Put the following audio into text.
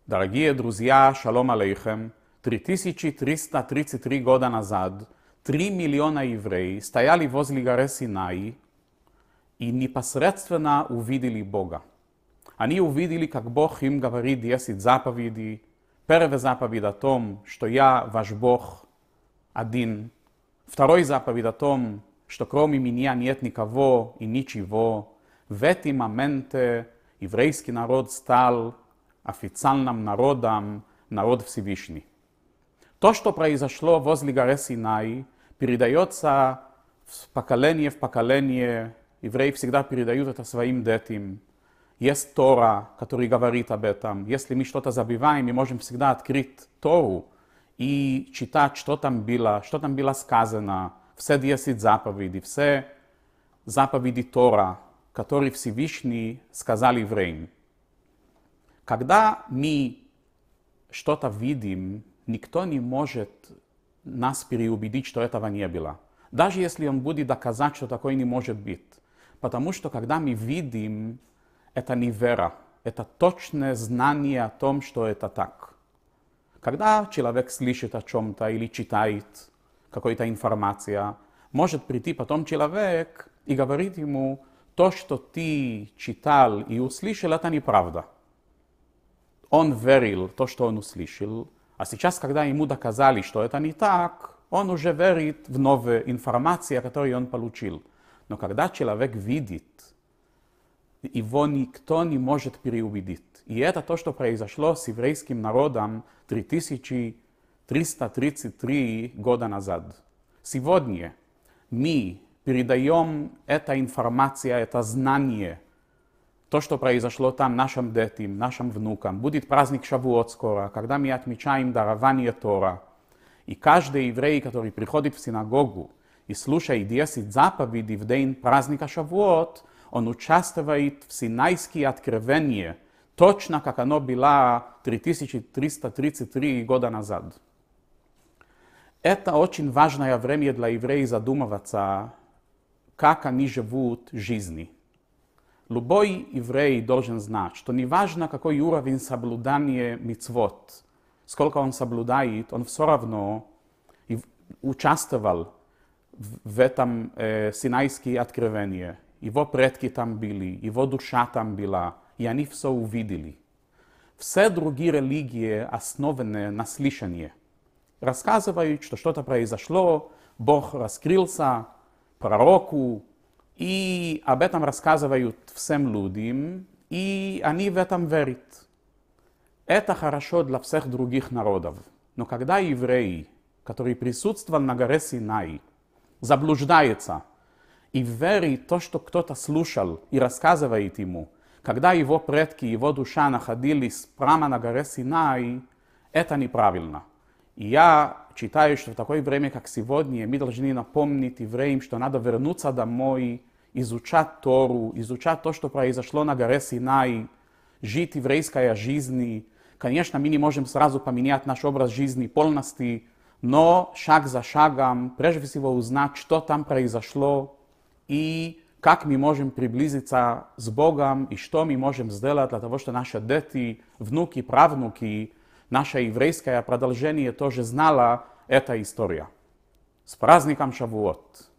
Дорогие друзья, шалом алейхем. 3333 года назад 3 миллиона евреев стояли возле горы Синай и непосредственно увидели Бога. Они увидели, как Бог им говорит 10 заповедей. Первая заповедь о том, что я ваш Бог один. Второй заповедь о том, что кроме меня нет никого и ничего. В эти моменты еврейский народ стал официальным народом, народ Всевышний. То, что произошло возле горы Синай, передается в поколение. Евреи всегда передают это своим детям. Есть Тора, который говорит об этом. Если мы что-то забываем, мы можем всегда открыть Тору и читать, что там было сказано. Все 10 заповедей, все заповеди Тора, которые Всевышний сказал евреям. Когда мы что-то видим, никто не может нас переубедить, что этого не было. Даже если он будет доказать, что такое не может быть. Потому что когда мы видим, это не вера, это точное знание о том, что это так. Когда человек слышит о чем-то или читает какую-то информацию, может прийти потом человек и говорить ему, то, что ты читал и услышал, это неправда. Он верил в то, что он услышал, а сейчас, когда ему доказали, что это не так, он уже верит в новые информации, которые он получил. Но когда человек видит, его никто не может переубедить. И это то, что произошло с еврейским народом 3333 года назад. Сегодня мы передаем эту информацию, это знание, то, что произошло там нашим детям, нашим внукам. Будет праздник Шавуот скоро, когда мы отмечаем дарование Тора. И каждый еврей, который приходит в синагогу и слушает 10 заповедей в день праздника Шавуот, он участвует в Синайские откровения, точно как оно было 3333 года назад. Это очень важное время для евреев задумываться, как они живут жизнью. Любой еврей должен знать, что неважно, какой уровень соблюдания мицвот, сколько он соблюдает, он все равно участвовал в этом Синайские откровения. Его предки там были, его душа там была, и они все увидели. Все другие религии основаны на слышании. Рассказывают, что что-то произошло, Бог раскрылся пророку, и об этом рассказывают всем людям, и они в этом верят. Это хорошо для всех других народов. Но когда еврей, который присутствовал на горе Синай, заблуждается и верит в то, что кто-то слушал и рассказывает ему, когда его предки, его душа находились прямо на горе Синай, это неправильно. И я считаю, что в такое время, как сегодня, мы должны напомнить евреям, что надо вернуться домой, изучать Тору, изучать то, что произошло на горе Синай, жить еврейской жизнью. Конечно, мы не можем сразу поменять наш образ жизни полностью, но шаг за шагом, прежде всего узнать, что там произошло, и как мы можем приблизиться с Богом, и что мы можем сделать для того, чтобы наши дети, внуки, правнуки, наше еврейское продолжение тоже знало эту историю. С праздником Шавуот!